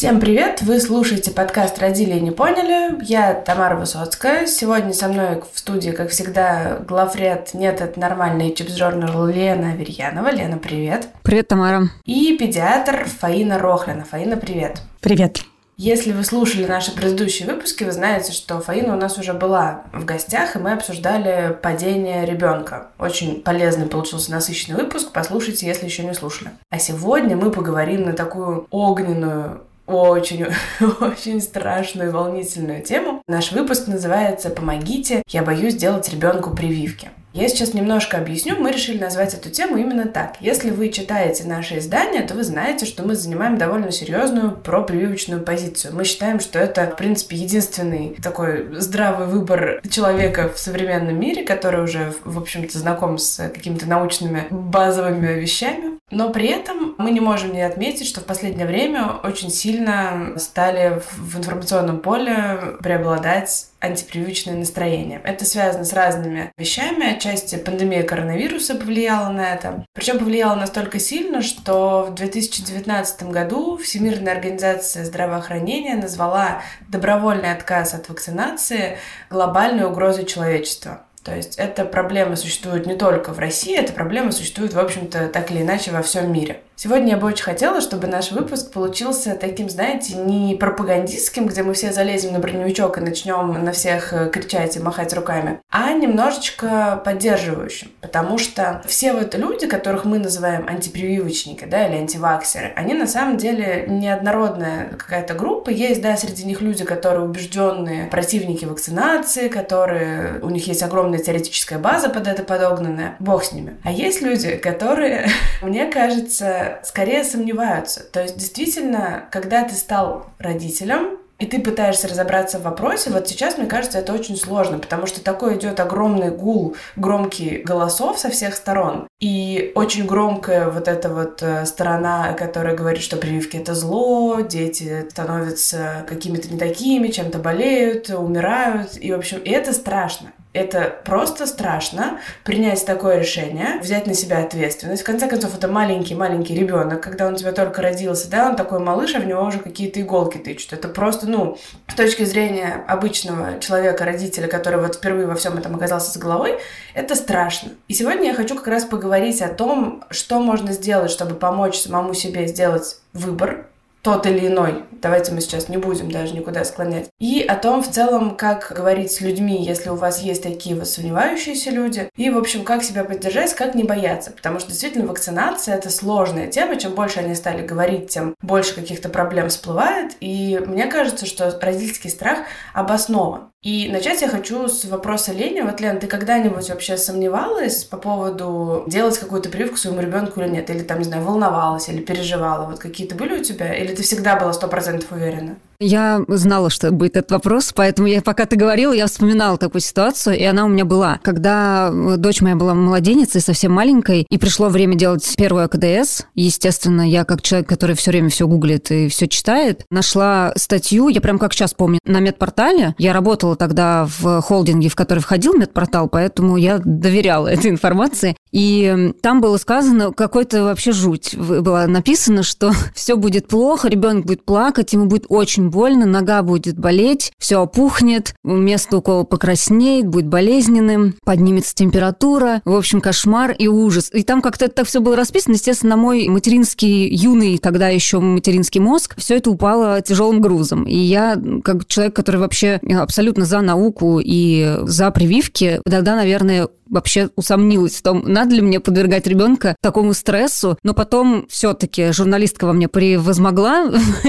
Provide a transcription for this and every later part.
Всем привет! Вы слушаете подкаст «Родили и не поняли». Я Тамара Высоцкая. Сегодня со мной в студии, как всегда, главред «Нет, это нормально» и Chips Journal Лена Аверьянова. Лена, привет! Привет, Тамара! И педиатр Фаина Рохлина. Фаина, привет! Привет! Если вы слушали наши предыдущие выпуски, вы знаете, что Фаина у нас уже была в гостях, и мы обсуждали падение ребенка. Очень полезный получился насыщенный выпуск, послушайте, если еще не слушали. А сегодня мы поговорим на такую огненную, очень страшную и волнительную тему. Наш выпуск называется «Помогите, я боюсь делать ребенку прививки». Я сейчас немножко объясню, мы решили назвать эту тему именно так. Если вы читаете наши издания, то вы знаете, что мы занимаем довольно серьезную пропрививочную позицию. Мы считаем, что это, в принципе, единственный такой здравый выбор человека в современном мире, который уже, в общем-то, знаком с какими-то научными базовыми вещами. Но при этом мы не можем не отметить, что в последнее время очень сильно стали в информационном поле преобладать антипрививочное настроение. Это связано с разными вещами. Отчасти пандемия коронавируса повлияла на это. Причем повлияла настолько сильно, что в 2019 году Всемирная организация здравоохранения назвала добровольный отказ от вакцинации глобальной угрозой человечества. То есть эта проблема существует не только в России, эта проблема существует, в общем-то, так или иначе во всем мире. Сегодня я бы очень хотела, чтобы наш выпуск получился таким, знаете, не пропагандистским, где мы все залезем на броневичок и начнем на всех кричать и махать руками, а немножечко поддерживающим. Потому что все вот люди, которых мы называем антипрививочники, да, или антиваксеры, они на самом деле неоднородная какая-то группа. Есть, да, среди них люди, которые убежденные противники вакцинации, которые у них есть огромная теоретическая база под это подогнанная. Бог с ними. А есть люди, которые, мне кажется, скорее сомневаются. То есть, действительно, когда ты стал родителем, и ты пытаешься разобраться в вопросе, вот сейчас, мне кажется, это очень сложно, потому что такой идет огромный гул громких голосов со всех сторон. И очень громкая вот эта вот сторона, которая говорит, что прививки — это зло, дети становятся какими-то не такими, чем-то болеют, умирают. И, в общем, и это страшно. Это просто страшно принять такое решение, взять на себя ответственность. В конце концов, это маленький-маленький ребенок, когда он у тебя только родился, да, он такой малыш, а в него уже какие-то иголки тычут. Это просто, с точки зрения обычного человека, родителя, который вот впервые во всем этом оказался с головой, это страшно. И сегодня я хочу как раз поговорить о том, что можно сделать, чтобы помочь самому себе сделать выбор, тот или иной. Давайте мы сейчас не будем даже никуда склонять. И о том, в целом, как говорить с людьми, если у вас есть такие вот сомневающиеся люди. И, в общем, как себя поддержать, как не бояться. Потому что, действительно, вакцинация — это сложная тема. Чем больше они стали говорить, тем больше каких-то проблем всплывает. И мне кажется, что родительский страх обоснован. И начать я хочу с вопроса Лене. Вот, Лен, ты когда-нибудь вообще сомневалась по поводу делать какую-то прививку своему ребенку или нет? Или там, не знаю, волновалась или переживала? Вот какие-то были у тебя? Или ты всегда была 100% уверена? Я знала, что будет этот вопрос, поэтому пока ты говорила, я вспоминала такую ситуацию, и она у меня была. Когда дочь моя была младенецей, совсем маленькой, и пришло время делать первую АКДС, естественно, я как человек, который все время все гуглит и все читает, нашла статью, я прям как сейчас помню, на медпортале. Я работала тогда в холдинге, в который входил медпортал, поэтому я доверяла этой информации. И там было сказано, какой-то вообще жуть. Было написано, что все будет плохо, ребенок будет плакать, ему будет очень больно, нога будет болеть, все опухнет, место укола покраснеет, будет болезненным, поднимется температура. В общем, кошмар и ужас. И там как-то это так все было расписано. Естественно, на мой материнский, юный тогда еще материнский мозг, все это упало тяжелым грузом. И я, как человек, который вообще абсолютно за науку и за прививки, тогда, наверное, вообще усомнилась в том, надо ли мне подвергать ребенка такому стрессу. Но потом все-таки журналистка во мне превозмогла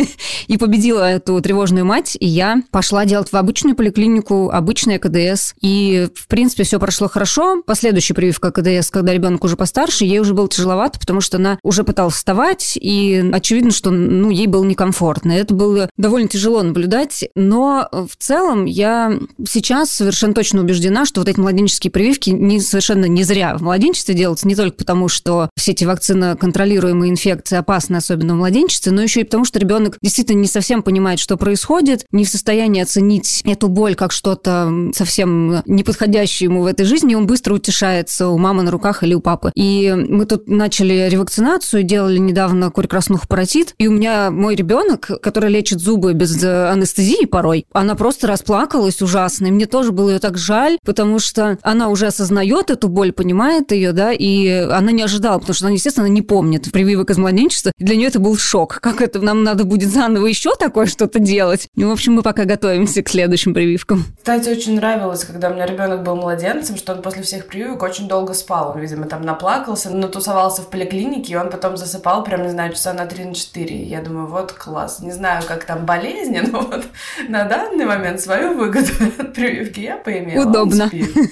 и победила эту тревожную мать, и я пошла делать в обычную поликлинику, обычный АКДС. И, в принципе, все прошло хорошо. Последующая прививка АКДС, когда ребенок уже постарше, ей уже было тяжеловато, потому что она уже пыталась вставать, и очевидно, что ей было некомфортно. Это было довольно тяжело наблюдать, но в целом я сейчас совершенно точно убеждена, что вот эти младенческие прививки они совершенно не зря в младенчестве делаются, не только потому, что все эти вакциноконтролируемые инфекции опасны, особенно в младенчестве, но еще и потому, что ребенок действительно не совсем понимает, что происходит, не в состоянии оценить эту боль как что-то совсем неподходящее ему в этой жизни, и он быстро утешается у мамы на руках или у папы. И мы тут начали ревакцинацию, делали недавно кори-краснуху паротит, и у меня мой ребенок, который лечит зубы без анестезии порой, она просто расплакалась ужасно, и мне тоже было ее так жаль, потому что она уже осознает эту боль, понимает ее, да, и она не ожидала, потому что она, естественно, не помнит прививок из младенчества, и для нее это был шок. Как это, нам надо будет заново еще такое что-то делать? И, в общем, мы пока готовимся к следующим прививкам. Кстати, очень нравилось, когда у меня ребенок был младенцем, что он после всех прививок очень долго спал. Он, видимо, там наплакался, натусовался в поликлинике, и он потом засыпал прям, не знаю, часа на 3-4. Я думаю, вот класс. Не знаю, как там болезни, но вот на данный момент свою выгоду от прививки я поимела. Удобно.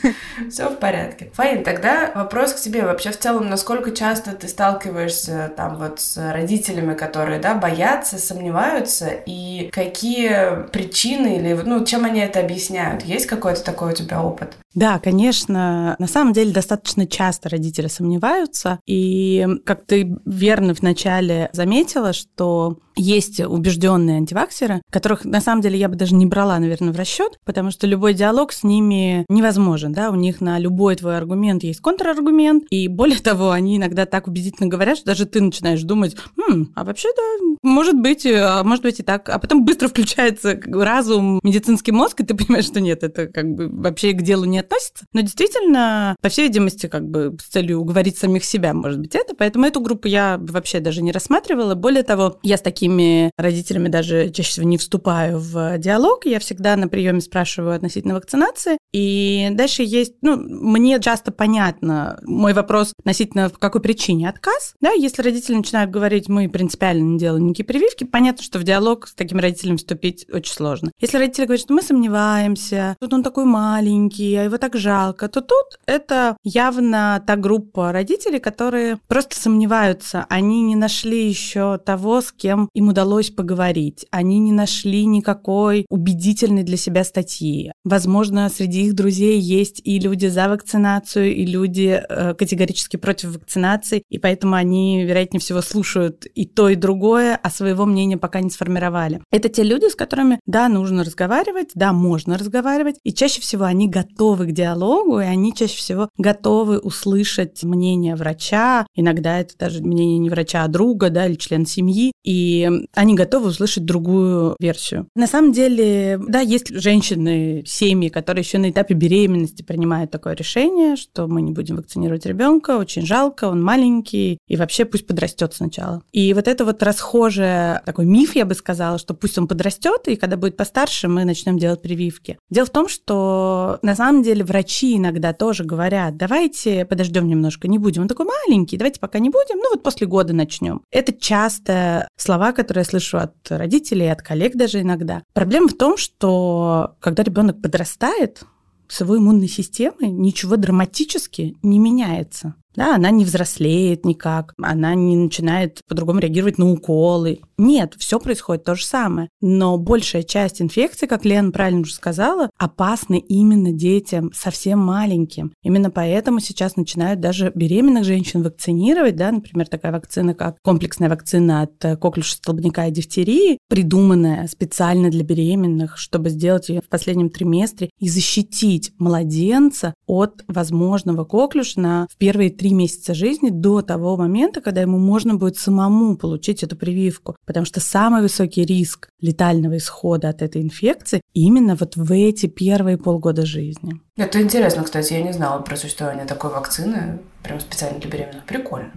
Все в порядке. Фаин, тогда вопрос к тебе. Вообще, в целом, насколько часто ты сталкиваешься там вот с родителями, которые, да, боятся, сомневаются, и какие причины или, ну, чем они это объясняют? Есть какой-то такой у тебя опыт? Да, конечно. На самом деле достаточно часто родители сомневаются. И, как ты верно вначале заметила, что есть убежденные антиваксеры, которых на самом деле я бы даже не брала, наверное, в расчет, потому что любой диалог с ними невозможен. Да? У них на любой твой аргумент есть контраргумент. И более того, они иногда так убедительно говорят, что даже ты начинаешь думать, а вообще-то, может быть и так. А потом быстро включается разум, медицинский мозг, и ты понимаешь, что нет, это как бы вообще к делу не относится. Но действительно, по всей видимости, как бы с целью уговорить самих себя, может быть, это. Поэтому эту группу я вообще даже не рассматривала. Более того, я с такими родителями даже чаще всего не вступаю в диалог. Я всегда на приеме спрашиваю относительно вакцинации. И дальше есть, мне часто понятно мой вопрос относительно по какой причине отказ. Да, если родители начинают говорить, мы принципиально не делаем никакие прививки, понятно, что в диалог с таким родителем вступить очень сложно. Если родители говорят, что мы сомневаемся, тут он такой маленький, а его так жалко, то тут это явно та группа родителей, которые просто сомневаются. Они не нашли еще того, с кем им удалось поговорить. Они не нашли никакой убедительной для себя статьи. Возможно, среди их друзей есть и люди за вакцинацию, и люди категорически против вакцинации, и поэтому они, вероятнее всего, слушают и то, и другое, а своего мнения пока не сформировали. Это те люди, с которыми, да, нужно разговаривать, да, можно разговаривать, и чаще всего они готовы к диалогу, и они чаще всего готовы услышать мнение врача, иногда это даже мнение не врача, а друга, да, или член семьи, и они готовы услышать другую версию. На самом деле, да, есть женщины, семьи, которые еще на этапе беременности принимают такое решение, что мы не будем вакцинировать ребенка, очень жалко, он маленький, и вообще пусть подрастет сначала. И вот это вот расхожий такой миф, я бы сказала, что пусть он подрастет, и когда будет постарше, мы начнем делать прививки. Дело в том, что на самом деле врачи иногда тоже говорят, давайте подождем немножко, не будем, он такой маленький, давайте пока не будем, вот после года начнем. Это часто слова, которые я слышу от родителей, от коллег даже иногда. Проблема в том, что когда ребенок подрастает, с его иммунной системой ничего драматически не меняется. Да, она не взрослеет никак, она не начинает по-другому реагировать на уколы. Нет, все происходит то же самое. Но большая часть инфекций, как Лена правильно уже сказала, опасны именно детям совсем маленьким. Именно поэтому сейчас начинают даже беременных женщин вакцинировать. Да? Например, такая вакцина, как комплексная вакцина от коклюша, столбняка и дифтерии, придуманная специально для беременных, чтобы сделать ее в последнем триместре и защитить младенца от возможного коклюша в первые 3 месяца жизни до того момента, когда ему можно будет самому получить эту прививку. Потому что самый высокий риск летального исхода от этой инфекции именно вот в эти первые полгода жизни. Это интересно, кстати, я не знала про существование такой вакцины, прям специально для беременных. Прикольно.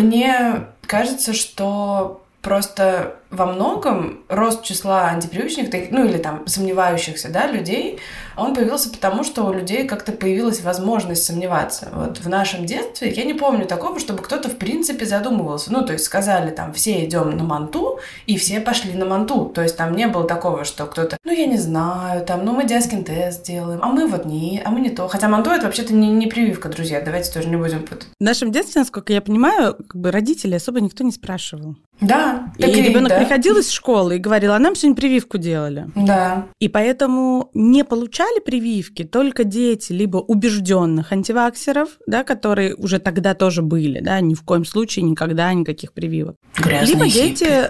Мне кажется, что просто во многом рост числа антипрививочных, или там сомневающихся, да, людей, он появился потому, что у людей как-то появилась возможность сомневаться. Вот в нашем детстве я не помню такого, чтобы кто-то в принципе задумывался. То есть сказали там, все идем на манту, и все пошли на манту. То есть там не было такого, что кто-то, я не знаю, там, мы диаскин тест делаем, а мы не то. Хотя манту это вообще-то не прививка, друзья, давайте тоже не будем путать. В нашем детстве, насколько я понимаю, родителей особо никто не спрашивал. Да. И ребенок приходил из школы и говорил, а нам сегодня прививку делали. Да. И поэтому не получали прививки только дети либо убежденных антиваксеров, да, которые уже тогда тоже были, да, ни в коем случае никогда никаких прививок. Грязные либо хиппи. дети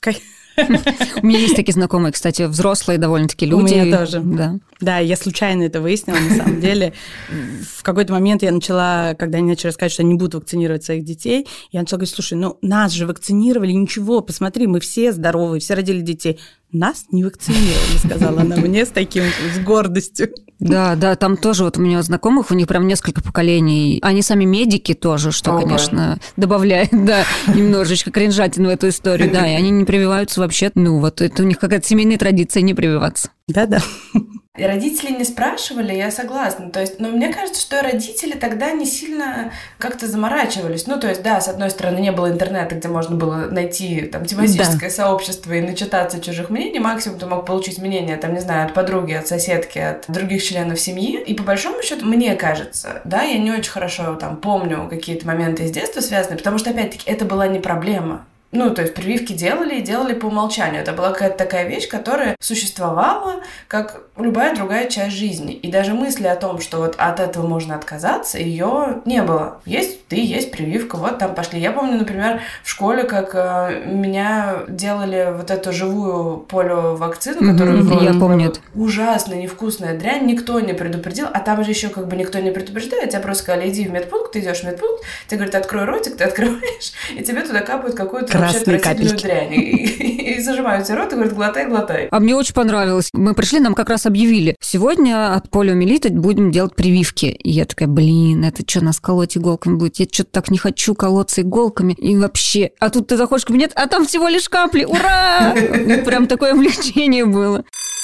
У меня есть такие знакомые, кстати, взрослые довольно-таки люди. У меня тоже. Да. Да, я случайно это выяснила, на самом деле. В какой-то момент я начала, когда они начали рассказывать, что они не будут вакцинировать своих детей, я начала говорить, слушай, нас же вакцинировали, ничего, посмотри, мы все здоровые, все родили детей. Нас не вакцинировали, сказала она мне с гордостью. Да, там тоже вот у меня знакомых, у них прям несколько поколений. Они сами медики тоже, что, конечно, добавляет, да, немножечко кринжатин в эту историю, да, и они не прививаются вообще, это у них какая-то семейная традиция не прививаться. Да. И родители не спрашивали, я согласна. То есть, но мне кажется, что родители тогда не сильно как-то заморачивались. То есть, да, с одной стороны, не было интернета, где можно было найти там тематическое сообщество и начитаться чужих мнений. Максимум ты мог получить мнение, там, не знаю, от подруги, от соседки, от других членов семьи. И по большому счету, мне кажется, да, я не очень хорошо там помню какие-то моменты из детства связанные, потому что, опять-таки, это была не проблема. То есть прививки делали по умолчанию. Это была какая-то такая вещь, которая существовала, как любая другая часть жизни. И даже мысли о том, что вот от этого можно отказаться, ее не было. Есть прививка, вот там пошли. Я помню, например, в школе, как меня делали вот эту живую полиовакцину, которую я помню. Ужасная, невкусная дрянь, никто не предупредил, а там же еще никто не предупреждает, тебя просто сказали, иди в медпункт, ты идешь в медпункт, тебе говорят, открой ротик, ты открываешь, и тебе туда капают какую-то вообще отвратительную дрянь. И зажимают тебе рот и говорят, глотай. А мне очень понравилось. Мы пришли, нам как раз объявили, сегодня от полиомиелита будем делать прививки. И я такая, это что, нас колоть иголками будет? Я что-то так не хочу колоться иголками. И вообще, а тут ты заходишь в кабинет, а там всего лишь капли. Ура! Прям такое облегчение было.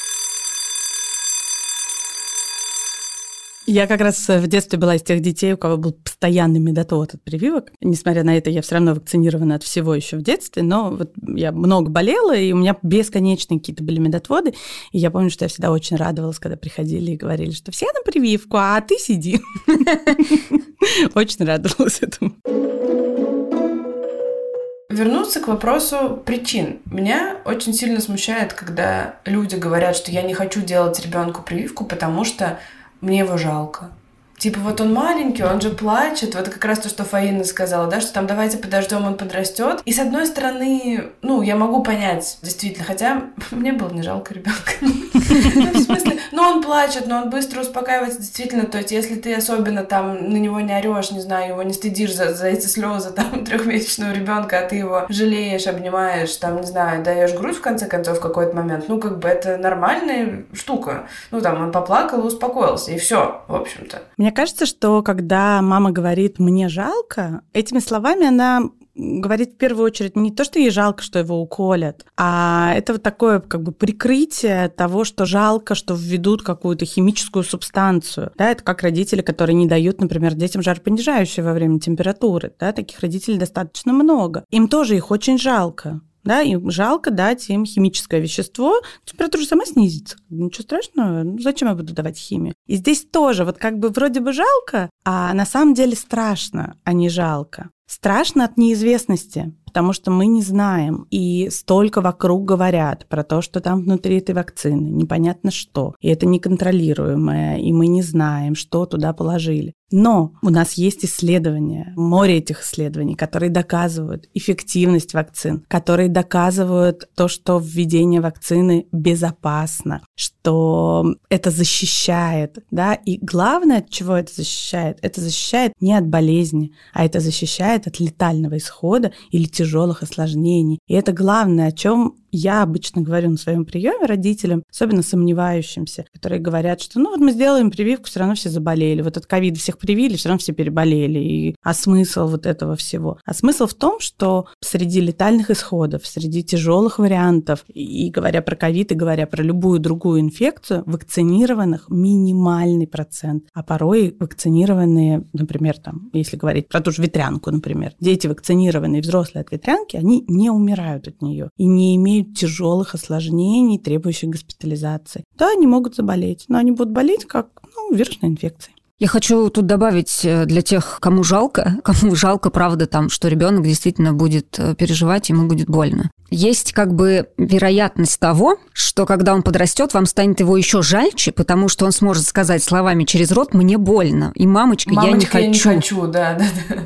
Я как раз в детстве была из тех детей, у кого был постоянный медотод от прививок. Несмотря на это, я все равно вакцинирована от всего еще в детстве, но вот я много болела, и у меня бесконечные какие-то были медотводы. И я помню, что я всегда очень радовалась, когда приходили и говорили, что все на прививку, а ты сиди. Очень радовалась этому. Вернуться к вопросу причин. Меня очень сильно смущает, когда люди говорят, что я не хочу делать ребенку прививку, потому что мне его жалко. Типа вот он маленький, он же плачет. Вот как раз то, что Фаина сказала, да, что там давайте подождем, он подрастет. И с одной стороны, я могу понять, действительно, хотя мне было не жалко ребенка. В смысле, он плачет, но он быстро успокаивается, действительно. То есть, если ты особенно там на него не орешь, не знаю, его не стыдишь за эти слезы там 3-месячного ребенка, а ты его жалеешь, обнимаешь, там, не знаю, даешь грудь в конце концов в какой-то момент, это нормальная штука. Он поплакал и успокоился, и все, в общем-то. Мне кажется, что когда мама говорит «мне жалко», этими словами она говорит в первую очередь не то, что ей жалко, что его уколят, а это вот такое прикрытие того, что жалко, что введут какую-то химическую субстанцию. Да, это как родители, которые не дают, например, детям жаропонижающее во время температуры. Да, таких родителей достаточно много. Им тоже их очень жалко. Да, им жалко дать им химическое вещество, температура же сама снизится. Ничего страшного, зачем я буду давать химию? И здесь тоже вроде бы жалко, а на самом деле страшно, а не жалко. Страшно от неизвестности, потому что мы не знаем, и столько вокруг говорят про то, что там внутри этой вакцины, непонятно что, и это неконтролируемое, и мы не знаем, что туда положили. Но у нас есть исследования, море этих исследований, которые доказывают эффективность вакцин, которые доказывают то, что введение вакцины безопасно, что это защищает, да, и главное, от чего это защищает не от болезни, а это защищает от летального исхода или тяжелых осложнений. И это главное, о чем я обычно говорю на своем приеме родителям, особенно сомневающимся, которые говорят, что мы сделаем прививку, все равно все заболели. Вот от ковида всех привили, все равно все переболели. А смысл вот этого всего? А смысл в том, что среди летальных исходов, среди тяжелых вариантов, и говоря про ковид, и говоря про любую другую инфекцию, вакцинированных минимальный процент. А порой вакцинированные, например, если говорить про ту же ветрянку, например, дети, вакцинированные взрослые от ветрянки, они не умирают от нее и не имеют тяжелых осложнений, требующих госпитализации. Да, они могут заболеть, но они будут болеть как вирусной инфекцией. Я хочу тут добавить для тех, кому жалко, правда, там, что ребенок действительно будет переживать, ему будет больно. Есть как бы вероятность того, что когда он подрастет, вам станет его еще жальче, потому что он сможет сказать словами через рот: «Мне больно», и «Мамочка, я не хочу». Я не хочу, да.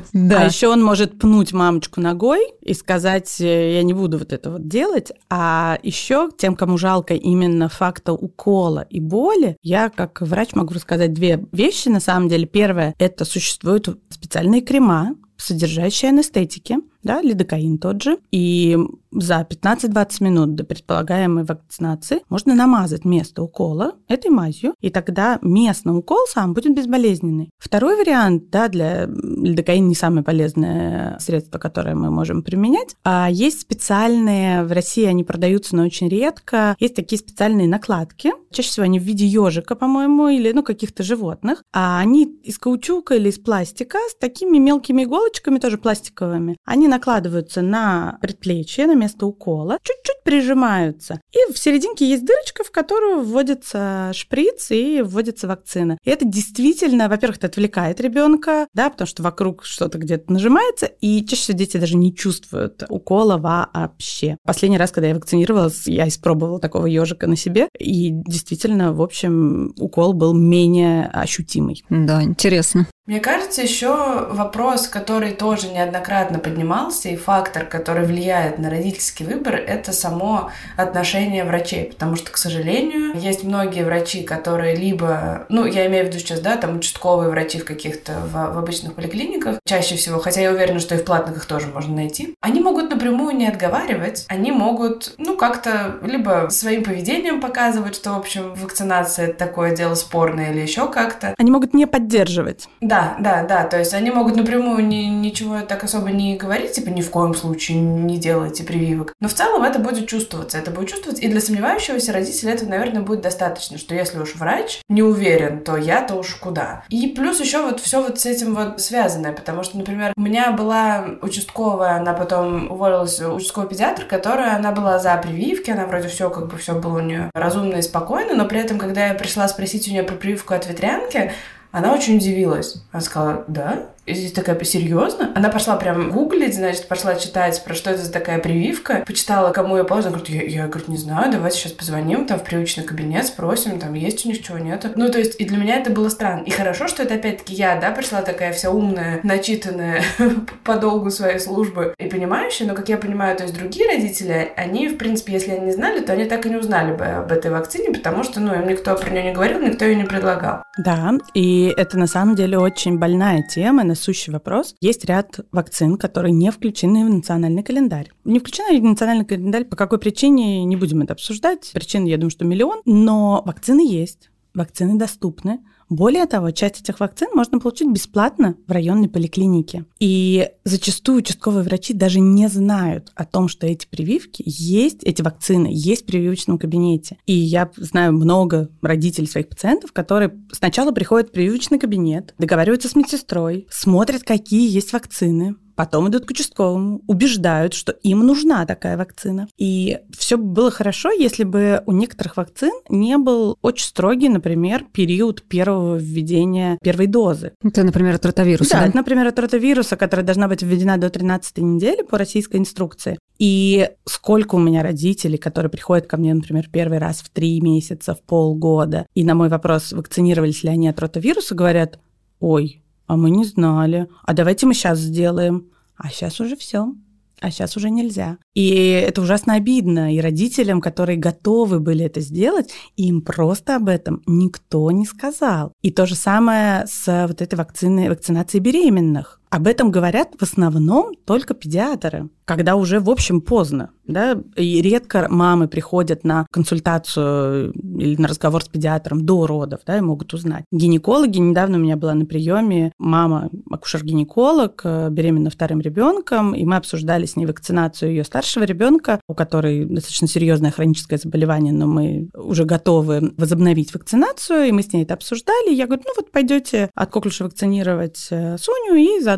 А еще он может пнуть мамочку ногой и сказать: я не буду вот это вот делать. А еще тем, кому жалко именно факта укола и боли, я как врач могу рассказать две вещи. На самом деле, первое, это существуют специальные крема, содержащие анестетики, да, лидокаин тот же, и за 15-20 минут до предполагаемой вакцинации можно намазать место укола этой мазью, и тогда местный укол сам будет безболезненный. Второй вариант, да, для лидокаин не самое полезное средство, которое мы можем применять, а есть специальные, в России они продаются, но очень редко, есть такие специальные накладки, чаще всего они в виде ежика, по-моему, или каких-то животных, а они из каучука или из пластика с такими мелкими иголочками, тоже пластиковыми. Они накладываются на предплечье, на место укола, чуть-чуть прижимаются. И в серединке есть дырочка, в которую вводится шприц и вводится вакцина. И это действительно, во-первых, это отвлекает ребенка, да, потому что вокруг что-то где-то нажимается, и чаще всего дети даже не чувствуют укола вообще. Последний раз, когда я вакцинировалась, я испробовала такого ежика на себе, и действительно, в общем, укол был менее ощутимый. Да, интересно. Мне кажется, еще вопрос, который тоже неоднократно поднимался, и фактор, который влияет на родительский выбор, это само отношение врачей. Потому что, к сожалению, есть многие врачи, которые либо, я имею в виду сейчас, да, там участковые врачи в каких-то в обычных поликлиниках, чаще всего, хотя я уверена, что и в платных их тоже можно найти, они могут напрямую не отговаривать, они могут, как-то либо своим поведением показывать, что, в общем, вакцинация — это такое дело спорное или еще как-то. Они могут не поддерживать. Да, то есть они могут напрямую ничего так особо не говорить, типа ни в коем случае не делайте прививок. Но в целом это будет чувствоваться, и для сомневающегося родителя этого, наверное, будет достаточно, что если уж врач не уверен, то я-то уж куда. И плюс еще все с этим связанное, потому что, например, у меня была участковая, она потом уволилась, участковый педиатр, которая, она была за прививки, она вроде все было у нее разумно и спокойно, но при этом, когда я пришла спросить у нее про прививку от ветрянки, она очень удивилась. Она сказала: да? И здесь такая: серьезно? Она пошла прям гуглить, значит, пошла читать, про что это за такая прививка. Почитала, кому я положила. Она говорит: я говорит, не знаю, давайте сейчас позвоним там в прививочный кабинет, спросим, там есть у них чего, нету. То есть, и для меня это было странно. И хорошо, что это опять-таки я, да, пришла такая вся умная, начитанная по долгу своей службы и понимающая, но, как я понимаю, то есть другие родители, они, в принципе, если они не знали, то они так и не узнали бы об этой вакцине, потому что, им никто про нее не говорил, никто ее не предлагал. Да, и это на самом деле очень больная тема, насущий вопрос. Есть ряд вакцин, которые не включены в национальный календарь. Не включены в национальный календарь по какой причине, не будем это обсуждать. Причин, я думаю, что миллион. Но вакцины есть, вакцины доступны. Более того, часть этих вакцин можно получить бесплатно в районной поликлинике. И зачастую участковые врачи даже не знают о том, что эти прививки есть, эти вакцины есть в прививочном кабинете. И я знаю много родителей своих пациентов, которые сначала приходят в прививочный кабинет, договариваются с медсестрой, смотрят, какие есть вакцины, потом идут к участковому, убеждают, что им нужна такая вакцина. И все было хорошо, если бы у некоторых вакцин не был очень строгий, например, период первого введения первой дозы. Это, например, от ротавируса, да? Это, например, от ротавируса, которая должна быть введена до 13-й недели по российской инструкции. И сколько у меня родителей, которые приходят ко мне, например, первый раз в 3 месяца, в полгода, и на мой вопрос, вакцинировались ли они от ротавируса, говорят: ой, а мы не знали. А давайте мы сейчас сделаем. А сейчас уже все. А сейчас уже нельзя. И это ужасно обидно. И родителям, которые готовы были это сделать, им просто об этом никто не сказал. И то же самое с этой вакцинацией беременных. Об этом говорят в основном только педиатры, когда уже, в общем, поздно. Да? И редко мамы приходят на консультацию или на разговор с педиатром до родов, да, и могут узнать. Гинекологи, недавно у меня была на приеме мама, акушер-гинеколог, беременна 2-м ребенком, и мы обсуждали с ней вакцинацию ее старшего ребенка, у которой достаточно серьезное хроническое заболевание, но мы уже готовы возобновить вакцинацию, и мы с ней это обсуждали. Я говорю: пойдете от коклюша вакцинировать Соню, и заодно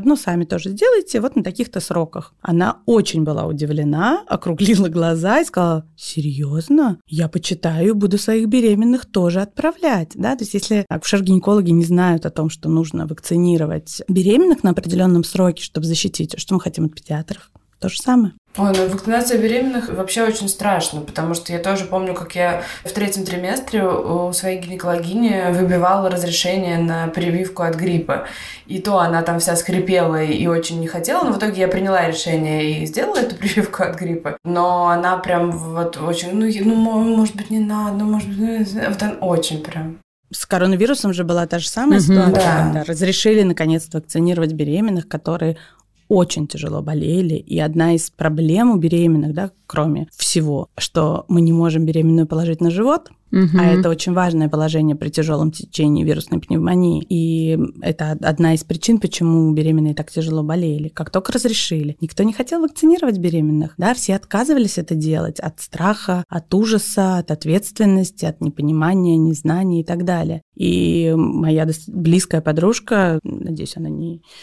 заодно сами тоже сделайте вот на таких-то сроках. Она очень была удивлена, округлила глаза и сказала: серьезно? Я почитаю, буду своих беременных тоже отправлять. Да? То есть если акушер-гинекологи не знают о том, что нужно вакцинировать беременных на определенном сроке, чтобы защитить, что мы хотим от педиатров? То же самое. Ой, ну вакцинация беременных вообще очень страшно, потому что я тоже помню, как я в 3-м триместре у своей гинекологини выбивала разрешение на прививку от гриппа. И то она там вся скрипела и очень не хотела, но в итоге я приняла решение и сделала эту прививку от гриппа. Но она прям вот очень, может быть, не надо, может быть, вот она очень прям... С коронавирусом же была та же самая ситуация, когда разрешили наконец-то вакцинировать беременных, которые очень тяжело болели. И одна из проблем у беременных, да, кроме всего, что мы не можем беременную положить на живот, а это очень важное положение при тяжелом течении вирусной пневмонии. И это одна из причин, почему беременные так тяжело болели. Как только разрешили, никто не хотел вакцинировать беременных. Да, все отказывались это делать от страха, от ужаса, от ответственности, от непонимания, незнания и так далее. И моя близкая подружка, надеюсь, она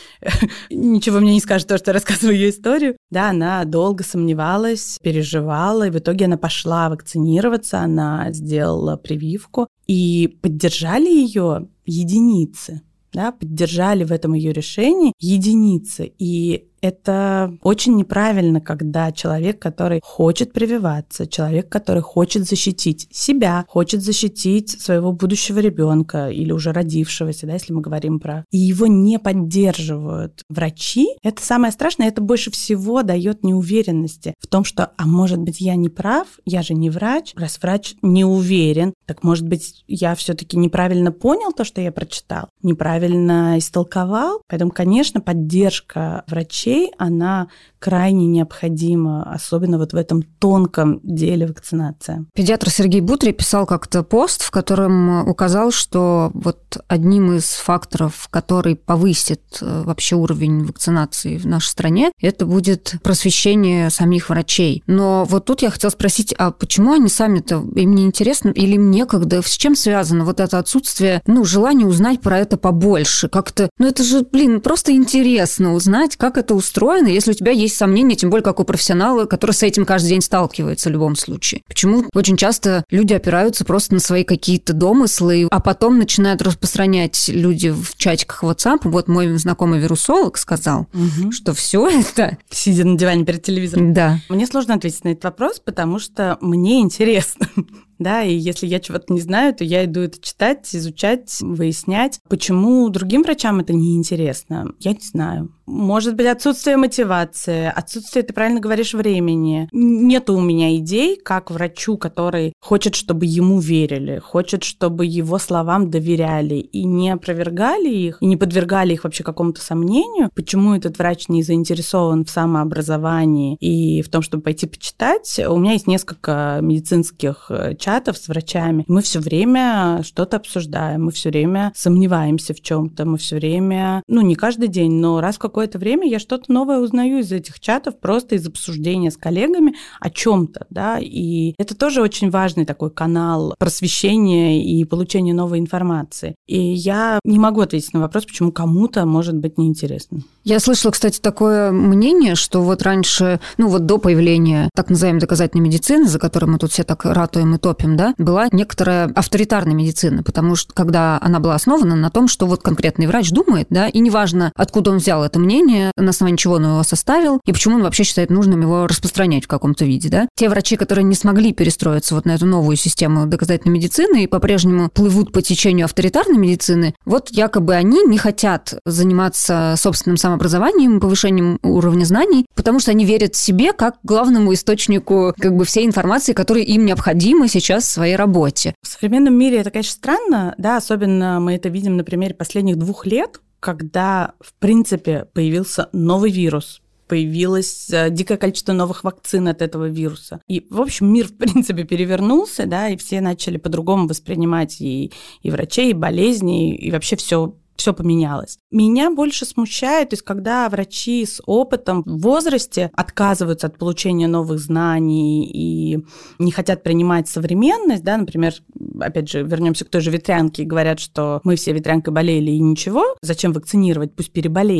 ничего мне не скажет, то, что я рассказываю ее историю, да, она долго сомневалась, переживала, и в итоге она пошла вакцинироваться, она сделала прививку, и поддержали ее единицы, да, поддержали в этом ее решении единицы. И это очень неправильно, когда человек, который хочет прививаться, человек, который хочет защитить себя, хочет защитить своего будущего ребенка или уже родившегося, да, если мы говорим про... И его не поддерживают врачи. Это самое страшное, это больше всего дает неуверенности в том, что, а может быть, я не прав, я же не врач. Раз врач не уверен, так, может быть, я все-таки неправильно понял то, что я прочитал, неправильно истолковал. Поэтому, конечно, поддержка врачей, она крайне необходима, особенно вот в этом тонком деле вакцинации. Педиатр Сергей Бутрий писал как-то пост, в котором указал, что вот одним из факторов, который повысит вообще уровень вакцинации в нашей стране, это будет просвещение самих врачей. Но вот тут я хотела спросить, а почему они сами-то, им не интересно или им некогда? С чем связано вот это отсутствие, желания узнать про это побольше? Как-то, это же, просто интересно узнать, как это устроено, если у тебя есть сомнения, тем более как у профессионала, который с этим каждый день сталкивается в любом случае. Почему очень часто люди опираются просто на свои какие-то домыслы, а потом начинают распространять люди в чатиках WhatsApp. Вот мой знакомый вирусолог сказал, что все это... Сидя на диване перед телевизором. Да. Мне сложно ответить на этот вопрос, потому что мне интересно. Да, и если я чего-то не знаю, то я иду это читать, изучать, выяснять. Почему другим врачам это неинтересно? Я не знаю. Может быть, отсутствие мотивации, отсутствие, ты правильно говоришь, времени. Нету у меня идей, как врачу, который хочет, чтобы ему верили, хочет, чтобы его словам доверяли и не опровергали их, и не подвергали их вообще какому-то сомнению, почему этот врач не заинтересован в самообразовании и в том, чтобы пойти почитать. У меня есть несколько медицинских чатов с врачами. Мы все время что-то обсуждаем, мы все время сомневаемся в чем-то, мы все время, не каждый день, но раз в какое-то время я что-то новое узнаю из этих чатов, просто из обсуждения с коллегами о чем-то, да, и это тоже очень важный такой канал просвещения и получения новой информации. И я не могу ответить на вопрос, почему кому-то может быть неинтересно. Я слышала, кстати, такое мнение, что вот раньше, до появления так называемой доказательной медицины, за которой мы тут все так ратуем и топим, да, была некоторая авторитарная медицина, потому что когда она была основана на том, что вот конкретный врач думает, да, и неважно, откуда он взял это мнение, на основании чего он его составил, и почему он вообще считает нужным его распространять в каком-то виде, да. Те врачи, которые не смогли перестроиться вот на эту новую систему доказательной медицины и по-прежнему плывут по течению авторитарной медицины, вот якобы они не хотят заниматься собственным самообразованием, повышением уровня знаний, потому что они верят себе как главному источнику всей информации, которая им необходима сейчас в своей работе. В современном мире это, конечно, странно, да, особенно мы это видим на примере последних 2 лет, когда, в принципе, появился новый вирус, появилось дикое количество новых вакцин от этого вируса. И, в общем, мир, в принципе, перевернулся, да, и все начали по-другому воспринимать и врачей, и болезни, и вообще все поменялось. Меня больше смущает, то есть когда врачи с опытом в возрасте отказываются от получения новых знаний и не хотят принимать современность, да, например, опять же, вернемся к той же ветрянке и говорят, что мы все ветрянкой болели и ничего, зачем вакцинировать, пусть переболеет.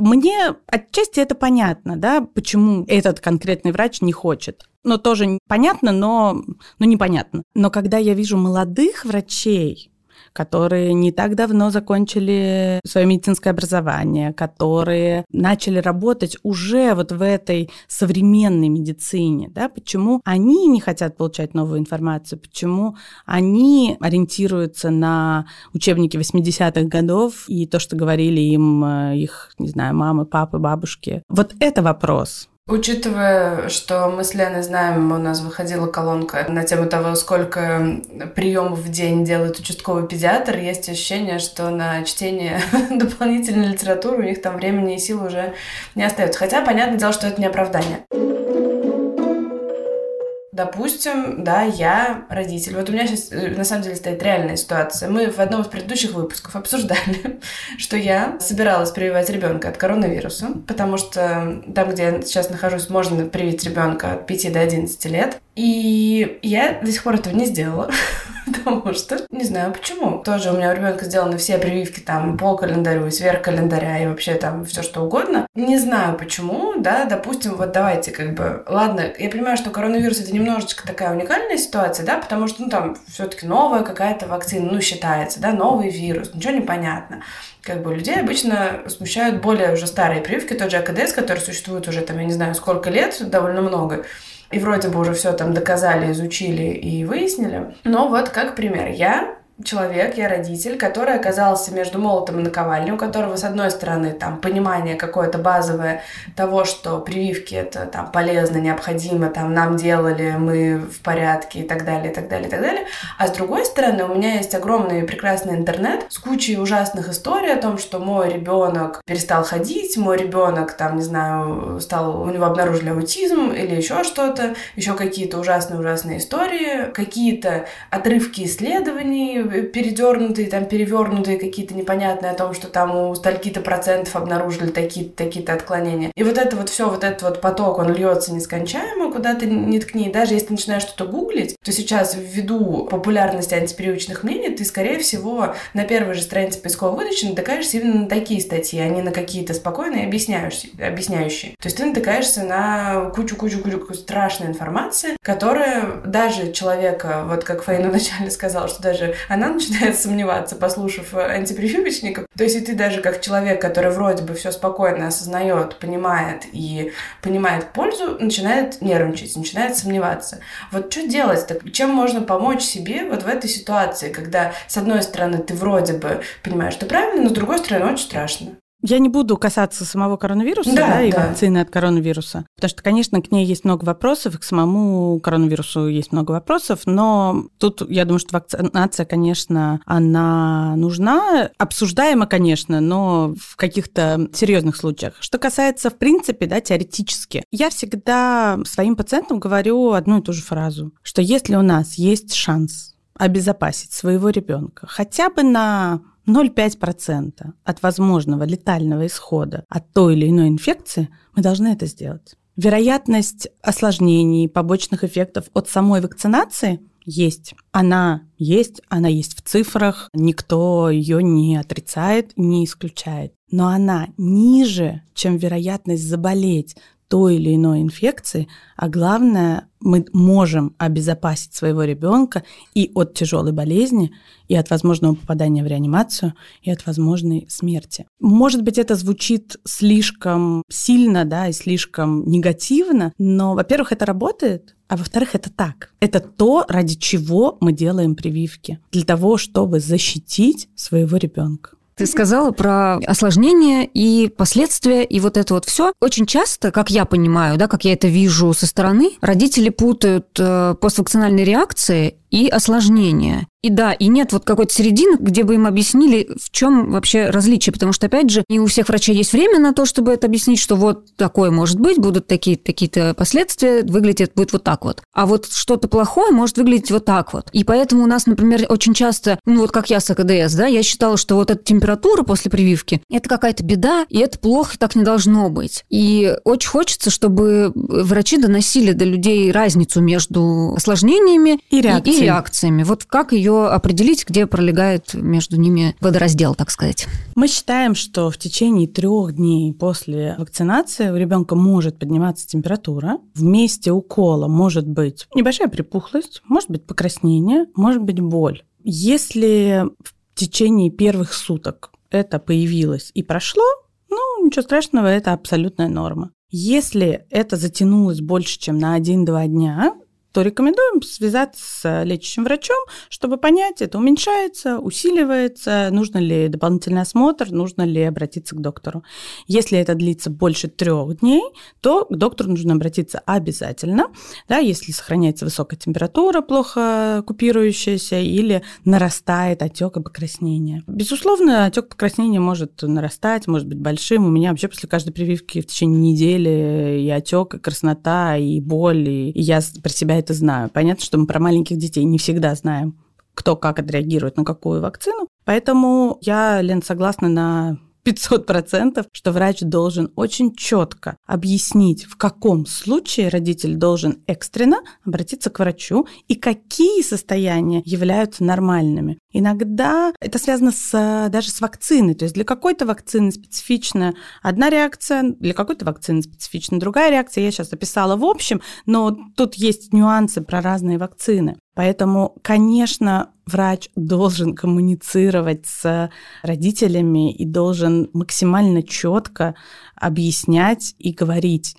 Мне отчасти это понятно, да, почему этот конкретный врач не хочет. Но тоже понятно, но непонятно. Но когда я вижу молодых врачей, которые не так давно закончили свое медицинское образование, которые начали работать уже вот в этой современной медицине, да, почему они не хотят получать новую информацию, почему они ориентируются на учебники 80-х годов и то, что говорили им их, не знаю, мамы, папы, бабушки. Вот это вопрос. Учитывая, что мы с Леной знаем, у нас выходила колонка на тему того, сколько приемов в день делает участковый педиатр, есть ощущение, что на чтение дополнительной литературы у них там времени и сил уже не остается. Хотя, понятное дело, что это не оправдание. Допустим, да, я родитель. Вот у меня сейчас, на самом деле, стоит реальная ситуация. Мы в одном из предыдущих выпусков обсуждали, что я собиралась прививать ребенка от коронавируса, потому что там, где я сейчас нахожусь, можно привить ребенка от 5 до 11 лет. И я до сих пор этого не сделала, потому что не знаю почему. Тоже у меня у ребенка сделаны все прививки там по календарю, и сверх календаря, и вообще там все что угодно. Не знаю почему, да, допустим, вот давайте как бы... Ладно, я понимаю, что коронавирус — это немножечко такая уникальная ситуация, да, потому что, там все-таки новая какая-то вакцина, считается, да, новый вирус, ничего не понятно. Как бы людей обычно смущают более уже старые прививки, тот же АКДС, который существует уже там, я не знаю, сколько лет, довольно много. И вроде бы уже все там доказали, изучили и выяснили. Но вот как пример. Я родитель, который оказался между молотом и наковальней, у которого, с одной стороны, там, понимание какое-то базовое того, что прививки это там полезно, необходимо, там, нам делали, мы в порядке и так далее, и так далее, и так далее. А с другой стороны, у меня есть огромный и прекрасный интернет с кучей ужасных историй о том, что мой ребенок перестал ходить, мой ребенок, там, не знаю, у него обнаружили аутизм или еще что-то, еще какие-то ужасные истории, какие-то отрывки исследований, передернутые, там, перевернутые какие-то непонятные о том, что там у стольки-то процентов обнаружили такие-то отклонения. И вот это вот все, вот этот вот поток, он льется нескончаемо, куда ты не ткни. Даже если ты начинаешь что-то гуглить, то сейчас ввиду популярности антипрививочных мнений, ты, скорее всего, на первой же странице поисковой выдачи натыкаешься именно на такие статьи, а не на какие-то спокойные объясняющие. То есть ты натыкаешься на кучу страшной информации, которая даже человека, вот как Фаина вначале сказала, что даже она начинает сомневаться, послушав антипрививочников. То есть и ты даже как человек, который вроде бы все спокойно осознает, понимает пользу, начинает нервничать, начинает сомневаться. Вот что делать-то? Чем можно помочь себе вот в этой ситуации, когда, с одной стороны, ты вроде бы понимаешь, что правильно, но с другой стороны, очень страшно? Я не буду касаться самого коронавируса и вакцины от коронавируса, потому что, конечно, к ней есть много вопросов, и к самому коронавирусу есть много вопросов, но тут, я думаю, что вакцинация, конечно, она нужна, обсуждаема, конечно, но в каких-то серьезных случаях. Что касается, в принципе, теоретически, я всегда своим пациентам говорю одну и ту же фразу, что если у нас есть шанс обезопасить своего ребенка хотя бы на 0,5% от возможного летального исхода от той или иной инфекции, мы должны это сделать. Вероятность осложнений, побочных эффектов от самой вакцинации есть. Она есть в цифрах, никто ее не отрицает, не исключает. Но она ниже, чем вероятность заболеть той или иной инфекции, а главное, мы можем обезопасить своего ребенка и от тяжелой болезни, и от возможного попадания в реанимацию, и от возможной смерти. Может быть, это звучит слишком сильно, и слишком негативно, но, во-первых, это работает, а во-вторых, это так. Это то, ради чего мы делаем прививки. Для того, чтобы защитить своего ребенка. Ты сказала про осложнения и последствия, и вот это вот все. Очень часто, как я понимаю, как я это вижу со стороны, родители путают поствакцинальные реакции и осложнения. И нет вот какой-то середины, где бы им объяснили, в чем вообще различие. Потому что, опять же, не у всех врачей есть время на то, чтобы это объяснить, что вот такое может быть, будут такие-то последствия, выглядит будет вот так вот. А вот что-то плохое может выглядеть вот так вот. И поэтому у нас, например, очень часто, как я с АКДС, я считала, что вот эта температура после прививки, это какая-то беда, и это плохо, так не должно быть. И очень хочется, чтобы врачи доносили до людей разницу между осложнениями и реакциями. реакциями. Вот как ее определить, где пролегает между ними водораздел, так сказать? Мы считаем, что в течение 3 дней после вакцинации у ребенка может подниматься температура. В месте укола может быть небольшая припухлость, может быть покраснение, может быть боль. Если в течение первых суток это появилось и прошло, ничего страшного, это абсолютная норма. Если это затянулось больше, чем на 1-2 дня, то рекомендуем связаться с лечащим врачом, чтобы понять, это уменьшается, усиливается, нужно ли дополнительный осмотр, нужно ли обратиться к доктору. Если это длится больше 3 дней, то к доктору нужно обратиться обязательно, да, если сохраняется высокая температура, плохо купирующаяся, или нарастает отек и покраснение. Безусловно, отек и покраснение может нарастать, может быть большим. У меня вообще после каждой прививки в течение недели и отек, и краснота, и боль, и я про себя это знаю. Понятно, что мы про маленьких детей не всегда знаем, кто как отреагирует на какую вакцину. Поэтому я, Лен, согласна на 500%, что врач должен очень четко объяснить, в каком случае родитель должен экстренно обратиться к врачу и какие состояния являются нормальными. Иногда это связано даже с вакциной. То есть для какой-то вакцины специфична одна реакция, для какой-то вакцины специфична другая реакция. Я сейчас описала в общем, но тут есть нюансы про разные вакцины. Поэтому, конечно, врач должен коммуницировать с родителями и должен максимально четко объяснять и говорить.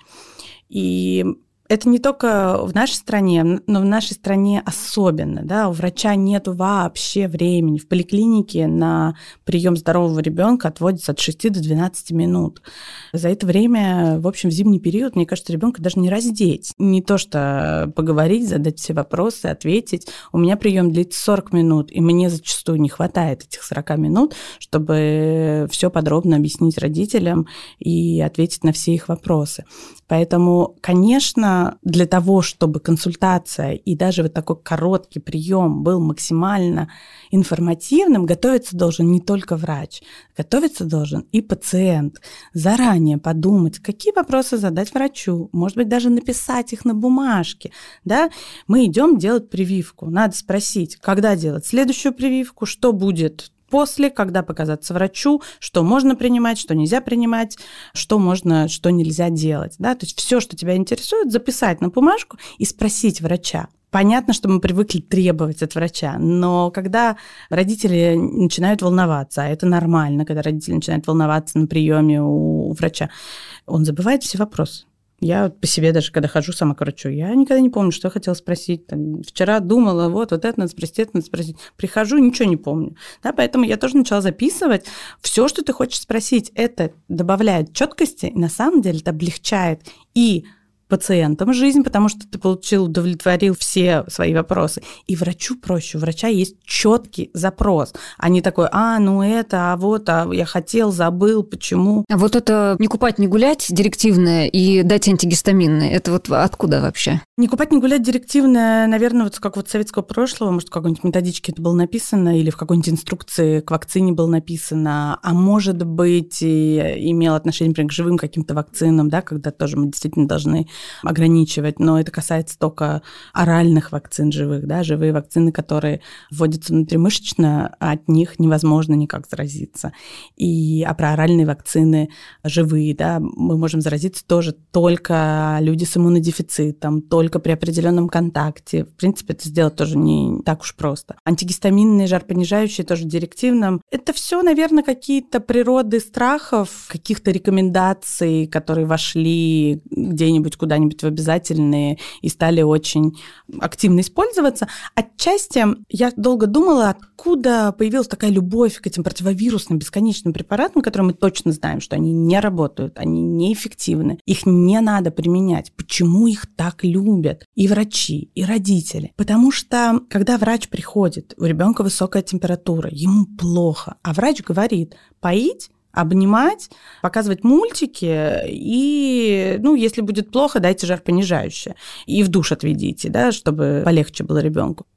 И это не только в нашей стране, но в нашей стране особенно. Да? У врача нет вообще времени. В поликлинике на прием здорового ребенка отводится от 6 до 12 минут. За это время, в общем, в зимний период, мне кажется, ребенка даже не раздеть. Не то что поговорить, задать все вопросы, ответить. У меня прием длится 40 минут, и мне зачастую не хватает этих 40 минут, чтобы все подробно объяснить родителям и ответить на все их вопросы. Поэтому, конечно, для того, чтобы консультация и даже вот такой короткий прием был максимально информативным, готовиться должен не только врач, готовиться должен и пациент. Заранее подумать, какие вопросы задать врачу, может быть, даже написать их на бумажке. Да? Мы идем делать прививку. Надо спросить, когда делать следующую прививку, что будет после, когда показаться врачу, что можно принимать, что нельзя принимать, что можно, что нельзя делать. Да? То есть все, что тебя интересует, записать на бумажку и спросить врача. Понятно, что мы привыкли требовать от врача, но когда родители начинают волноваться, а это нормально, когда родители начинают волноваться на приеме у врача, он забывает все вопросы. Я по себе даже, когда хожу сама к врачу, я никогда не помню, что я хотела спросить. Вчера думала, вот это надо спросить, это надо спросить. Прихожу, ничего не помню. Да, поэтому я тоже начала записывать. Все, что ты хочешь спросить, это добавляет четкости, и на самом деле это облегчает и пациентам жизнь, потому что ты удовлетворил все свои вопросы. И врачу проще. У врача есть четкий запрос, а не такой, я хотел, забыл, почему. А вот это не купать, не гулять директивное и дать антигистаминное, это вот откуда вообще? Не купать, не гулять директивное, наверное, вот как вот советского прошлого, может, в какой-нибудь методичке это было написано, или в какой-нибудь инструкции к вакцине было написано, а может быть, и имело отношение, например, к живым каким-то вакцинам, да, когда тоже мы действительно должны ограничивать, но это касается только оральных вакцин живых, да, живые вакцины, которые вводятся внутримышечно, от них невозможно никак заразиться. А про оральные вакцины живые, да, мы можем заразиться тоже только люди с иммунодефицитом, только при определенном контакте. В принципе, это сделать тоже не так уж просто. Антигистаминные, жаропонижающие тоже директивным. Это все, наверное, какие-то природы страхов, каких-то рекомендаций, которые вошли где-нибудь, куда-нибудь в обязательные и стали очень активно использоваться. Отчасти я долго думала, откуда появилась такая любовь к этим противовирусным бесконечным препаратам, которые мы точно знаем, что они не работают, они неэффективны, их не надо применять. Почему их так любят и врачи, и родители? Потому что, когда врач приходит, у ребенка высокая температура, ему плохо, а врач говорит: поить, обнимать, показывать мультики и, если будет плохо, дайте жаропонижающее. И в душ отведите, да, чтобы полегче было ребенку.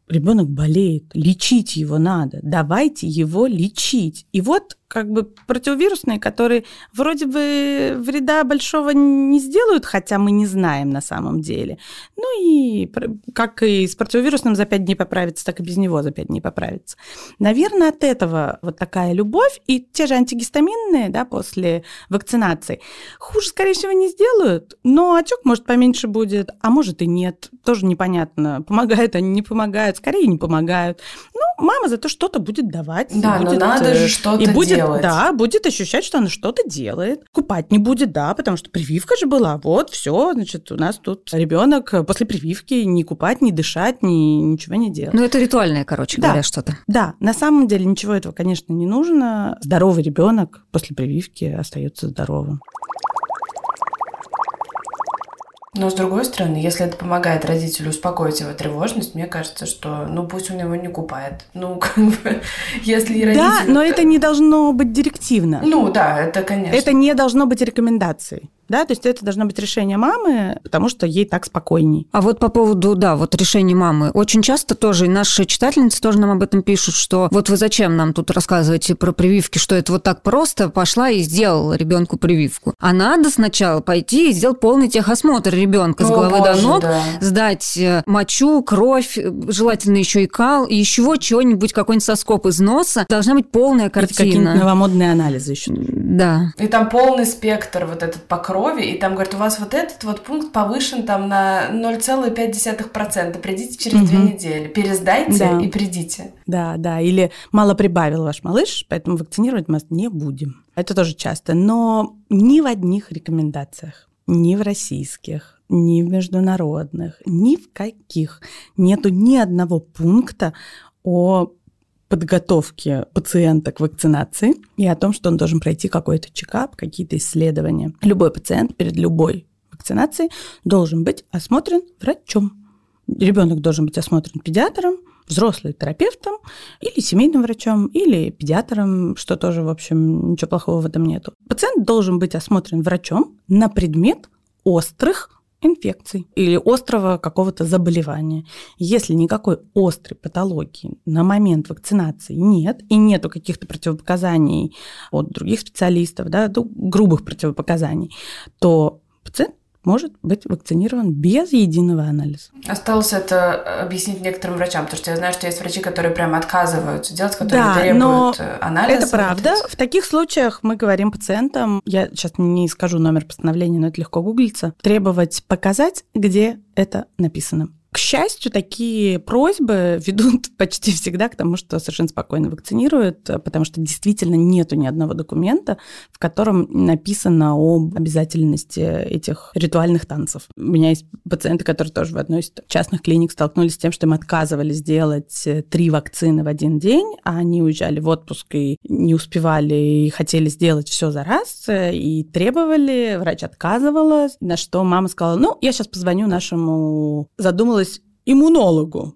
ребенок болеет, лечить его надо, давайте его лечить. И вот как бы противовирусные, которые вроде бы вреда большого не сделают, хотя мы не знаем на самом деле. Ну и как и с противовирусным за 5 дней поправиться, так и без него за 5 дней поправиться. Наверное, от этого вот такая любовь. И те же антигистаминные, да, после вакцинации хуже, скорее всего, не сделают, но отек, может, поменьше будет, а может и нет. Тоже непонятно, помогают они, не помогают, скорее не помогают. Ну, мама зато что-то будет давать. Да, будет, но надо же что-то делать. Да, будет ощущать, что она что-то делает. Купать не будет, да, потому что прививка же была. Вот, все, значит, у нас тут ребенок после прививки не купать, не дышать, ничего не делать. Ну, это ритуальное, короче говоря, что-то. Да, на самом деле ничего этого, конечно, не нужно. Здоровый ребенок после прививки остается здоровым. Но, с другой стороны, если это помогает родителю успокоить его тревожность, мне кажется, что, пусть он его не купает. Если родитель... Да, но это не должно быть директивно. Да, это, конечно. Это не должно быть рекомендацией. Да, то есть это должно быть решение мамы, потому что ей так спокойней. А вот по поводу, решения мамы. Очень часто тоже, и наши читательницы тоже нам об этом пишут, что вот вы зачем нам тут рассказываете про прививки, что это вот так просто пошла и сделала ребенку прививку. А надо сначала пойти и сделать полный техосмотр ребенка с головы до ног, сдать мочу, кровь, желательно еще и кал, и еще чего-нибудь, какой-нибудь соскоб из носа. Должна быть полная картина. Это какие-нибудь новомодные анализы еще. Да. И там полный спектр вот этот по крови, и там говорят, у вас вот этот вот пункт повышен там на 0,5%. Придите через 2 недели. Пересдайте и придите. Да. Или мало прибавил ваш малыш, поэтому вакцинировать мы не будем. Это тоже часто. Но ни в одних рекомендациях, ни в российских, ни в международных, ни в каких нету ни одного пункта о подготовки пациента к вакцинации и о том, что он должен пройти какой-то чекап, какие-то исследования. Любой пациент перед любой вакцинацией должен быть осмотрен врачом. Ребенок должен быть осмотрен педиатром, взрослый терапевтом или семейным врачом, или педиатром, что тоже, в общем, ничего плохого в этом нету. Пациент должен быть осмотрен врачом на предмет острых инфекций или острого какого-то заболевания. Если никакой острой патологии на момент вакцинации нет, и нету каких-то противопоказаний от других специалистов, грубых противопоказаний, то пациент может быть вакцинирован без единого анализа. Осталось это объяснить некоторым врачам, потому что я знаю, что есть врачи, которые прямо отказываются делать, которые требуют анализа. Это правда. В таких случаях мы говорим пациентам, я сейчас не скажу номер постановления, но это легко гуглится, требовать показать, где это написано. К счастью, такие просьбы ведут почти всегда к тому, что совершенно спокойно вакцинируют, потому что действительно нету ни одного документа, в котором написано об обязательности этих ритуальных танцев. У меня есть пациенты, которые тоже в одной из частных клиник столкнулись с тем, что им отказывали сделать 3 вакцины в один день, а они уезжали в отпуск и не успевали, и хотели сделать все за раз, и требовали, врач отказывала, на что мама сказала, я сейчас позвоню нашему, задумалась, иммунологу.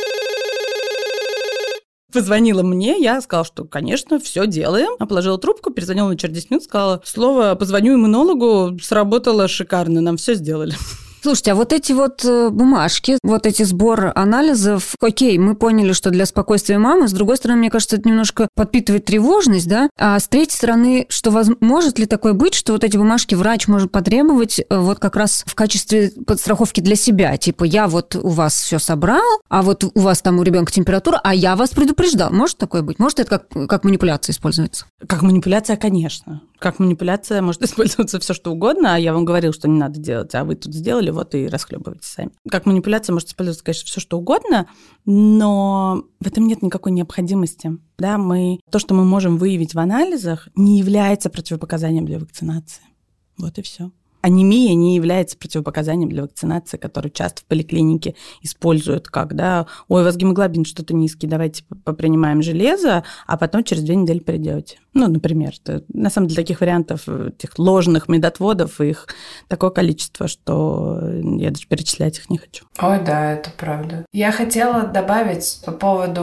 Позвонила мне, я сказала, что, конечно, все делаем. Она положила трубку, перезвонила через 10 минут, сказала, слово «позвоню иммунологу» сработало шикарно, нам все сделали. Слушайте, а вот эти вот бумажки, вот эти сбор анализов, окей, мы поняли, что для спокойствия мамы, с другой стороны, мне кажется, это немножко подпитывает тревожность, да, а с третьей стороны, что может ли такое быть, что вот эти бумажки врач может потребовать вот как раз в качестве подстраховки для себя, типа я вот у вас все собрал, а вот у вас там у ребенка температура, а я вас предупреждал. Может такое быть? Может это как манипуляция используется? Как манипуляция, конечно. Как манипуляция может использоваться все что угодно, а я вам говорил, что не надо делать, а вы тут сделали, вот и расхлебывайте сами. Как манипуляция может использоваться, конечно, все что угодно, но в этом нет никакой необходимости. Да, то, что мы можем выявить в анализах, не является противопоказанием для вакцинации. Вот и все. Анемия не является противопоказанием для вакцинации, которую часто в поликлинике используют, когда ой, у вас гемоглобин что-то низкий, давайте попринимаем железо, а потом через 2 недели придете. Например, на самом деле таких вариантов, этих ложных медотводов, их такое количество, что я даже перечислять их не хочу. Ой, да, это правда. Я хотела добавить по поводу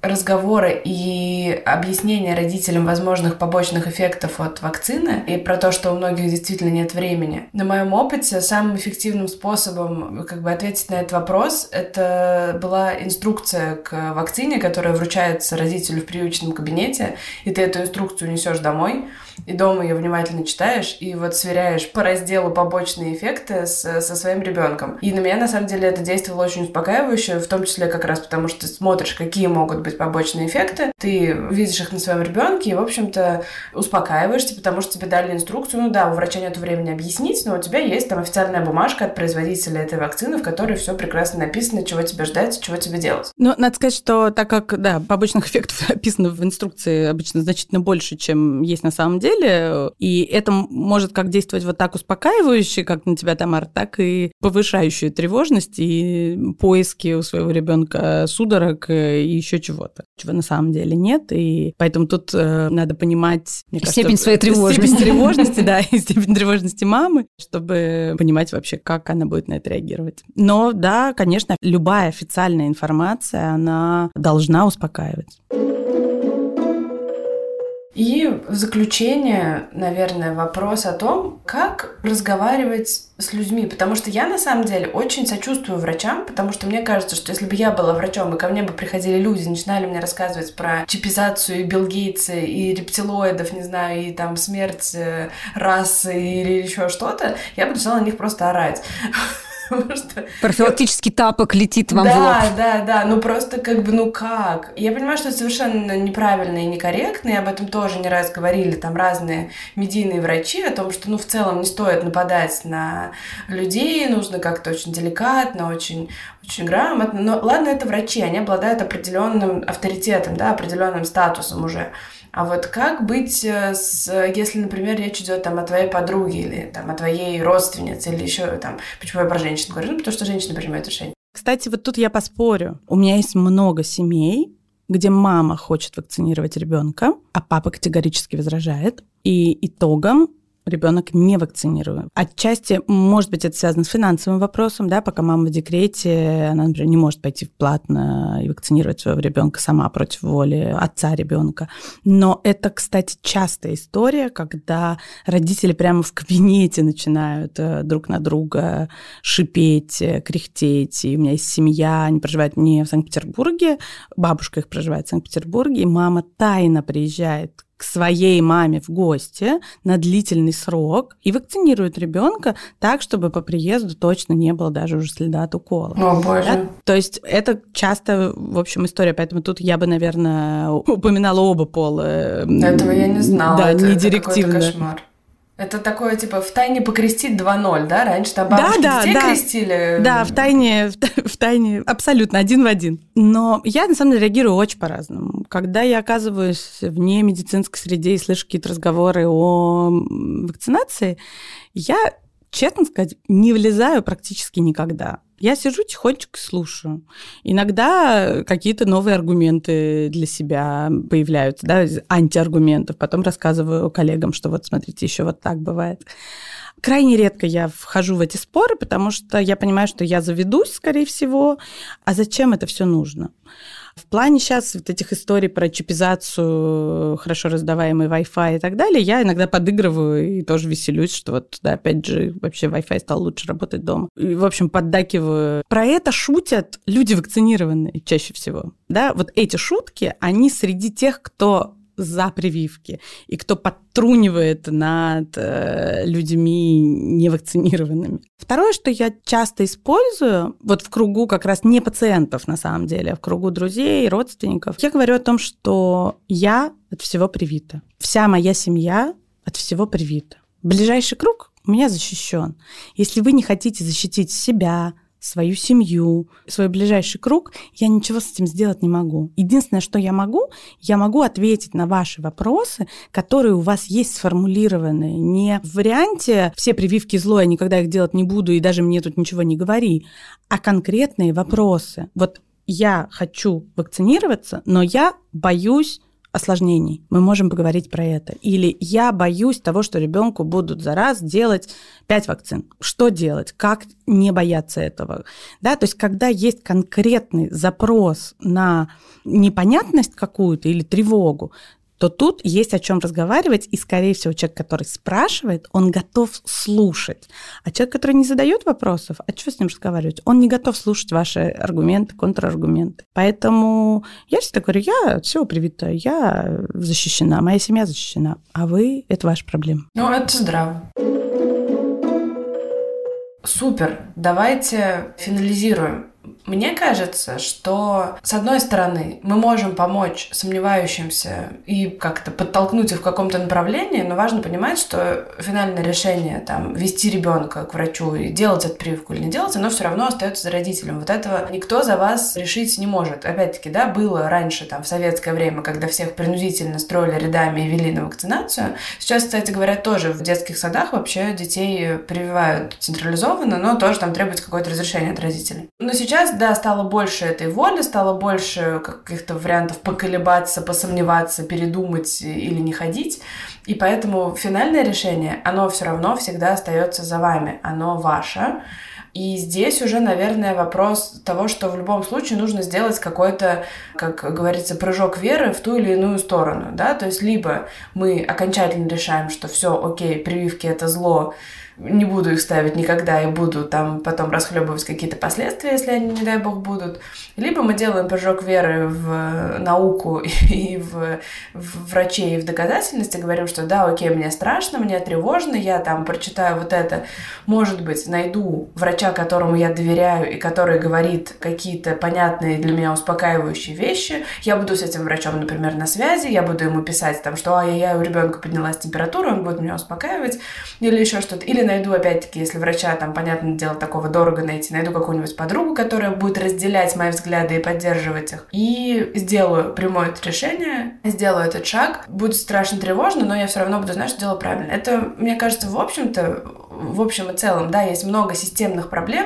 разговоры и объяснения родителям возможных побочных эффектов от вакцины и про то, что у многих действительно нет времени. На моем опыте самым эффективным способом ответить на этот вопрос это была инструкция к вакцине, которая вручается родителю в привычном кабинете, и ты эту инструкцию несешь домой, и дома ее внимательно читаешь, и сверяешь по разделу побочные эффекты со своим ребенком. И на меня, на самом деле, это действовало очень успокаивающе, в том числе как раз потому, что ты смотришь, какие могут быть побочные эффекты, ты видишь их на своем ребенке и, в общем-то, успокаиваешься, потому что тебе дали инструкцию. У врача нет времени объяснить, но у тебя есть там официальная бумажка от производителя этой вакцины, в которой все прекрасно написано, чего тебе ждать, чего тебе делать. Надо сказать, что так как, побочных эффектов описано в инструкции обычно значительно больше, чем есть на самом деле, и это может как действовать так успокаивающе, как на тебя, Тамара, так и повышающую тревожность и поиски у своего ребенка судорог и еще чего-то, чего на самом деле нет, и поэтому тут надо понимать, мне кажется, степень своей тревожности. Степень тревожности, и степень тревожности мамы, чтобы понимать вообще, как она будет на это реагировать. Но, да, конечно, любая официальная информация, она должна успокаивать. И в заключение, наверное, вопрос о том, как разговаривать с людьми. Потому что я, на самом деле, очень сочувствую врачам, потому что мне кажется, что если бы я была врачом, и ко мне бы приходили люди, начинали мне рассказывать про чипизацию и Билл Гейтса, и рептилоидов, не знаю, и там смерть расы или еще что-то, я бы начала на них просто орать. Профилактический тапок летит вам в лоб. Да, просто как? Я понимаю, что это совершенно неправильно и некорректно, и об этом тоже не раз говорили там разные медийные врачи, о том, что, в целом не стоит нападать на людей, нужно как-то очень деликатно, очень грамотно. Но ладно, это врачи, они обладают определенным авторитетом, определенным статусом уже. А как быть, если, например, речь идет о твоей подруге или о твоей родственнице, или еще почему я про женщин говорю? Потому что женщины принимают решения. Кстати, тут я поспорю. У меня есть много семей, где мама хочет вакцинировать ребенка, а папа категорически возражает. И итогом ребенок не вакцинирует. Отчасти, может быть, это связано с финансовым вопросом, пока мама в декрете, она, например, не может пойти платно и вакцинировать своего ребенка сама против воли отца ребенка. Но это, кстати, частая история, когда родители прямо в кабинете начинают друг на друга шипеть, кряхтеть. И у меня есть семья, они проживают не в Санкт-Петербурге, бабушка их проживает в Санкт-Петербурге, и мама тайно приезжает к своей маме в гости на длительный срок и вакцинирует ребенка так, чтобы по приезду точно не было даже уже следа от укола. О, боже. Да? То есть это часто, в общем, история, поэтому тут я бы, наверное, упоминала оба пола. Этого я не знала. Да, это не директивно. Это кошмар. Это такое, втайне покрестить 2.0, да? Раньше там бабушки детей крестили. Да, втайне, абсолютно, один в один. Но я, на самом деле, реагирую очень по-разному. Когда я оказываюсь вне медицинской среде и слышу какие-то разговоры о вакцинации, я, честно сказать, не влезаю практически никогда. Я сижу тихонечко и слушаю. Иногда какие-то новые аргументы для себя появляются, антиаргументов. Потом рассказываю коллегам, что смотрите, еще так бывает. Крайне редко я вхожу в эти споры, потому что я понимаю, что я заведусь, скорее всего. А зачем это все нужно? В плане сейчас этих историй про чипизацию, хорошо раздаваемый Wi-Fi и так далее, я иногда подыгрываю и тоже веселюсь, что опять же, вообще Wi-Fi стал лучше работать дома. И, в общем, поддакиваю. Про это шутят люди вакцинированные чаще всего. Эти шутки, они среди тех, кто за прививки и кто подтрунивает над людьми невакцинированными. Второе, что я часто использую, в кругу как раз не пациентов на самом деле, а в кругу друзей, родственников, я говорю о том, что я от всего привита. Вся моя семья от всего привита. Ближайший круг у меня защищен. Если вы не хотите защитить себя, свою семью, свой ближайший круг, я ничего с этим сделать не могу. Единственное, что я могу ответить на ваши вопросы, которые у вас есть сформулированы. Не в варианте «все прививки зло, я никогда их делать не буду, и даже мне тут ничего не говори», а конкретные вопросы. Я хочу вакцинироваться, но я боюсь осложнений, мы можем поговорить про это. Или я боюсь того, что ребенку будут за раз делать 5 вакцин. Что делать? Как не бояться этого? Да, то есть когда есть конкретный запрос на непонятность какую-то или тревогу, то тут есть о чем разговаривать, и, скорее всего, человек, который спрашивает, он готов слушать. А человек, который не задает вопросов, а что с ним разговаривать? Он не готов слушать ваши аргументы, контраргументы. Поэтому я всегда говорю, я от всего привита, я защищена, моя семья защищена, а вы – это ваша проблема. Ну, это здраво. Супер, давайте финализируем. Мне кажется, что, с одной стороны, мы можем помочь сомневающимся и как-то подтолкнуть их в каком-то направлении, но важно понимать, что финальное решение там, вести ребенка к врачу и делать эту прививку или не делать, оно все равно остается за родителем. Вот этого никто за вас решить не может. Опять-таки, да, было раньше, там, в советское время, когда всех принудительно строили рядами и вели на вакцинацию. Сейчас, кстати говоря, тоже в детских садах вообще детей прививают централизованно, но тоже там требуется какое-то разрешение от родителей. Но сейчас, да, стало больше этой воли, стало больше каких-то вариантов поколебаться, посомневаться, передумать или не ходить. И поэтому финальное решение, оно все равно всегда остается за вами, оно ваше. И здесь уже, наверное, вопрос того, что в любом случае нужно сделать какой-то, как говорится, прыжок веры в ту или иную сторону, да, то есть либо мы окончательно решаем, что все, окей, прививки – это зло, не буду их ставить никогда и буду там потом расхлебывать какие-то последствия, если они, не дай бог, будут. Либо мы делаем прыжок веры в науку и в врачей, и в доказательности, говорим, что да, окей, мне страшно, мне тревожно, я там прочитаю вот это, может быть, найду врача, которому я доверяю и который говорит какие-то понятные для меня успокаивающие вещи, я буду с этим врачом, например, на связи, я буду ему писать там, что ай-яй-яй, у ребенка поднялась температура, он будет меня успокаивать, или еще что-то. Или найду, опять-таки, если врача, там, понятное дело, такого дорого найти, найду какую-нибудь подругу, которая будет разделять мои взгляды и поддерживать их. И сделаю прямое это решение, сделаю этот шаг. Будет страшно тревожно, но я все равно буду знать, что делаю правильно. Это, мне кажется, в общем и целом, да, есть много системных проблем,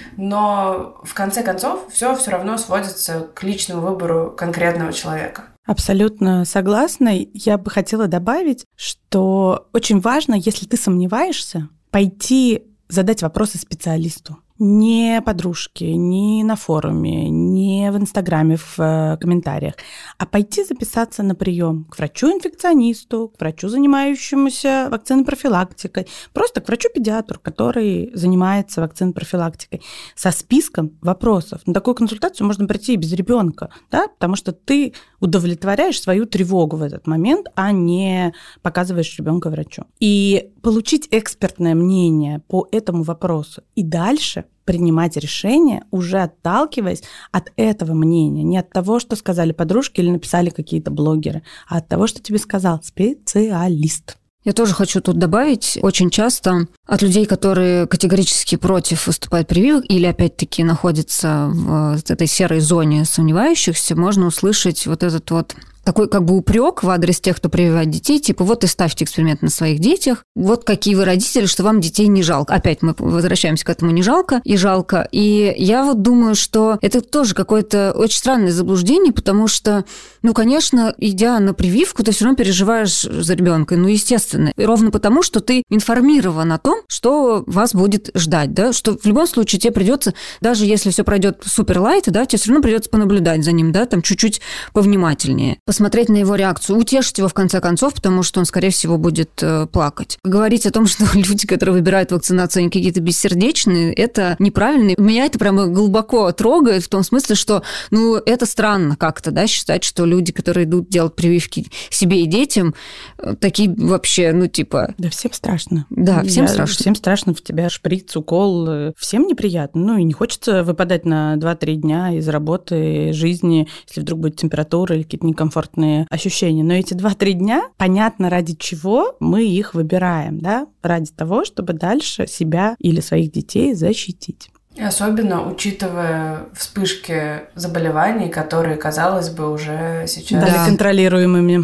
но в конце концов все равно сводится к личному выбору конкретного человека. Абсолютно согласна. Я бы хотела добавить, что очень важно, если ты сомневаешься, пойти задать вопросы специалисту. Не подружке, не на форуме, не в Инстаграме, в комментариях, а пойти записаться на прием к врачу-инфекционисту, к врачу, занимающемуся вакцинопрофилактикой, просто к врачу-педиатру, который занимается вакцинопрофилактикой, со списком вопросов. На такую консультацию можно прийти и без ребенка, да, потому что ты удовлетворяешь свою тревогу в этот момент, а не показываешь ребенка врачу. И получить экспертное мнение по этому вопросу и дальше принимать решение, уже отталкиваясь от этого мнения, не от того, что сказали подружки или написали какие-то блогеры, а от того, что тебе сказал специалист. Я тоже хочу тут добавить, очень часто от людей, которые категорически против выступать прививок или, опять-таки, находятся в этой серой зоне сомневающихся, можно услышать вот этот вот такой как бы упрек в адрес тех, кто прививает детей, типа вот и ставьте эксперимент на своих детях, вот какие вы родители, что вам детей не жалко. Опять мы возвращаемся к этому не жалко и жалко. И я вот думаю, что это тоже какое-то очень странное заблуждение, потому что, ну, конечно, идя на прививку, ты все равно переживаешь за ребенка, ну, естественно. И ровно потому, что ты информирован о том, что вас будет ждать, да, что в любом случае тебе придется, даже если все пройдет супер лайт, да, тебе все равно придется понаблюдать за ним, да, там чуть-чуть повнимательнее, посмотреть на его реакцию, утешить его в конце концов, потому что он, скорее всего, будет плакать. Говорить о том, что люди, которые выбирают вакцинацию, они какие-то бессердечные, это неправильно. Меня это прямо глубоко трогает в том смысле, что, ну, это странно как-то, да, считать, что люди, которые идут делать прививки себе и детям, такие вообще, ну, типа... Да всем страшно. Да, всем страшно. Всем страшно, в тебя шприц, укол, всем неприятно. Ну, и не хочется выпадать на 2-3 дня из работы, жизни, если вдруг будет температура или какие-то некомфортные ощущения. Но эти 2-3 дня, понятно, ради чего мы их выбираем, да? Ради того, чтобы дальше себя или своих детей защитить. И особенно учитывая вспышки заболеваний, которые, казалось бы, уже сейчас... Стали контролируемыми.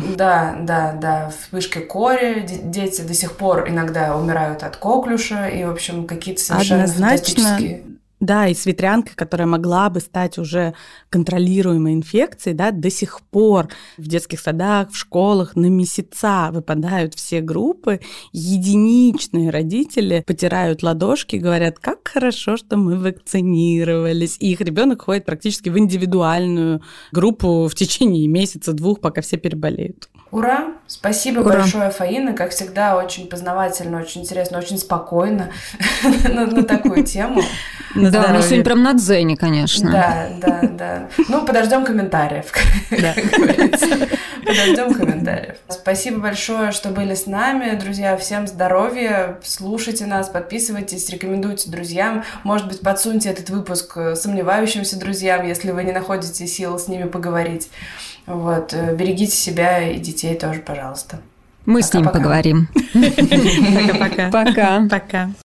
Да. Вспышки кори. Дети до сих пор иногда умирают от коклюша. И, в общем, какие-то совершенно фантастические... Да, и с ветрянкой, которая могла бы стать уже контролируемой инфекцией, да, до сих пор в детских садах, в школах на месяца выпадают все группы, единичные родители потирают ладошки, говорят, как хорошо, что мы вакцинировались, и их ребенок ходит практически в индивидуальную группу в течение месяца-двух, пока все переболеют. Ура! Спасибо большое, Фаина. Как всегда, очень познавательно, очень интересно, очень спокойно на такую тему. Да, у нас сегодня прям на дзене, конечно. Да. Ну, подождем комментариев, как говорится. Подождем комментариев. Спасибо большое, что были с нами. Друзья, всем здоровья. Слушайте нас, подписывайтесь, рекомендуйте друзьям. Может быть, подсуньте этот выпуск сомневающимся друзьям, если вы не находите сил с ними поговорить. Вот, берегите себя и детей тоже, пожалуйста. Мы с ним поговорим. Пока-пока. Пока. Пока.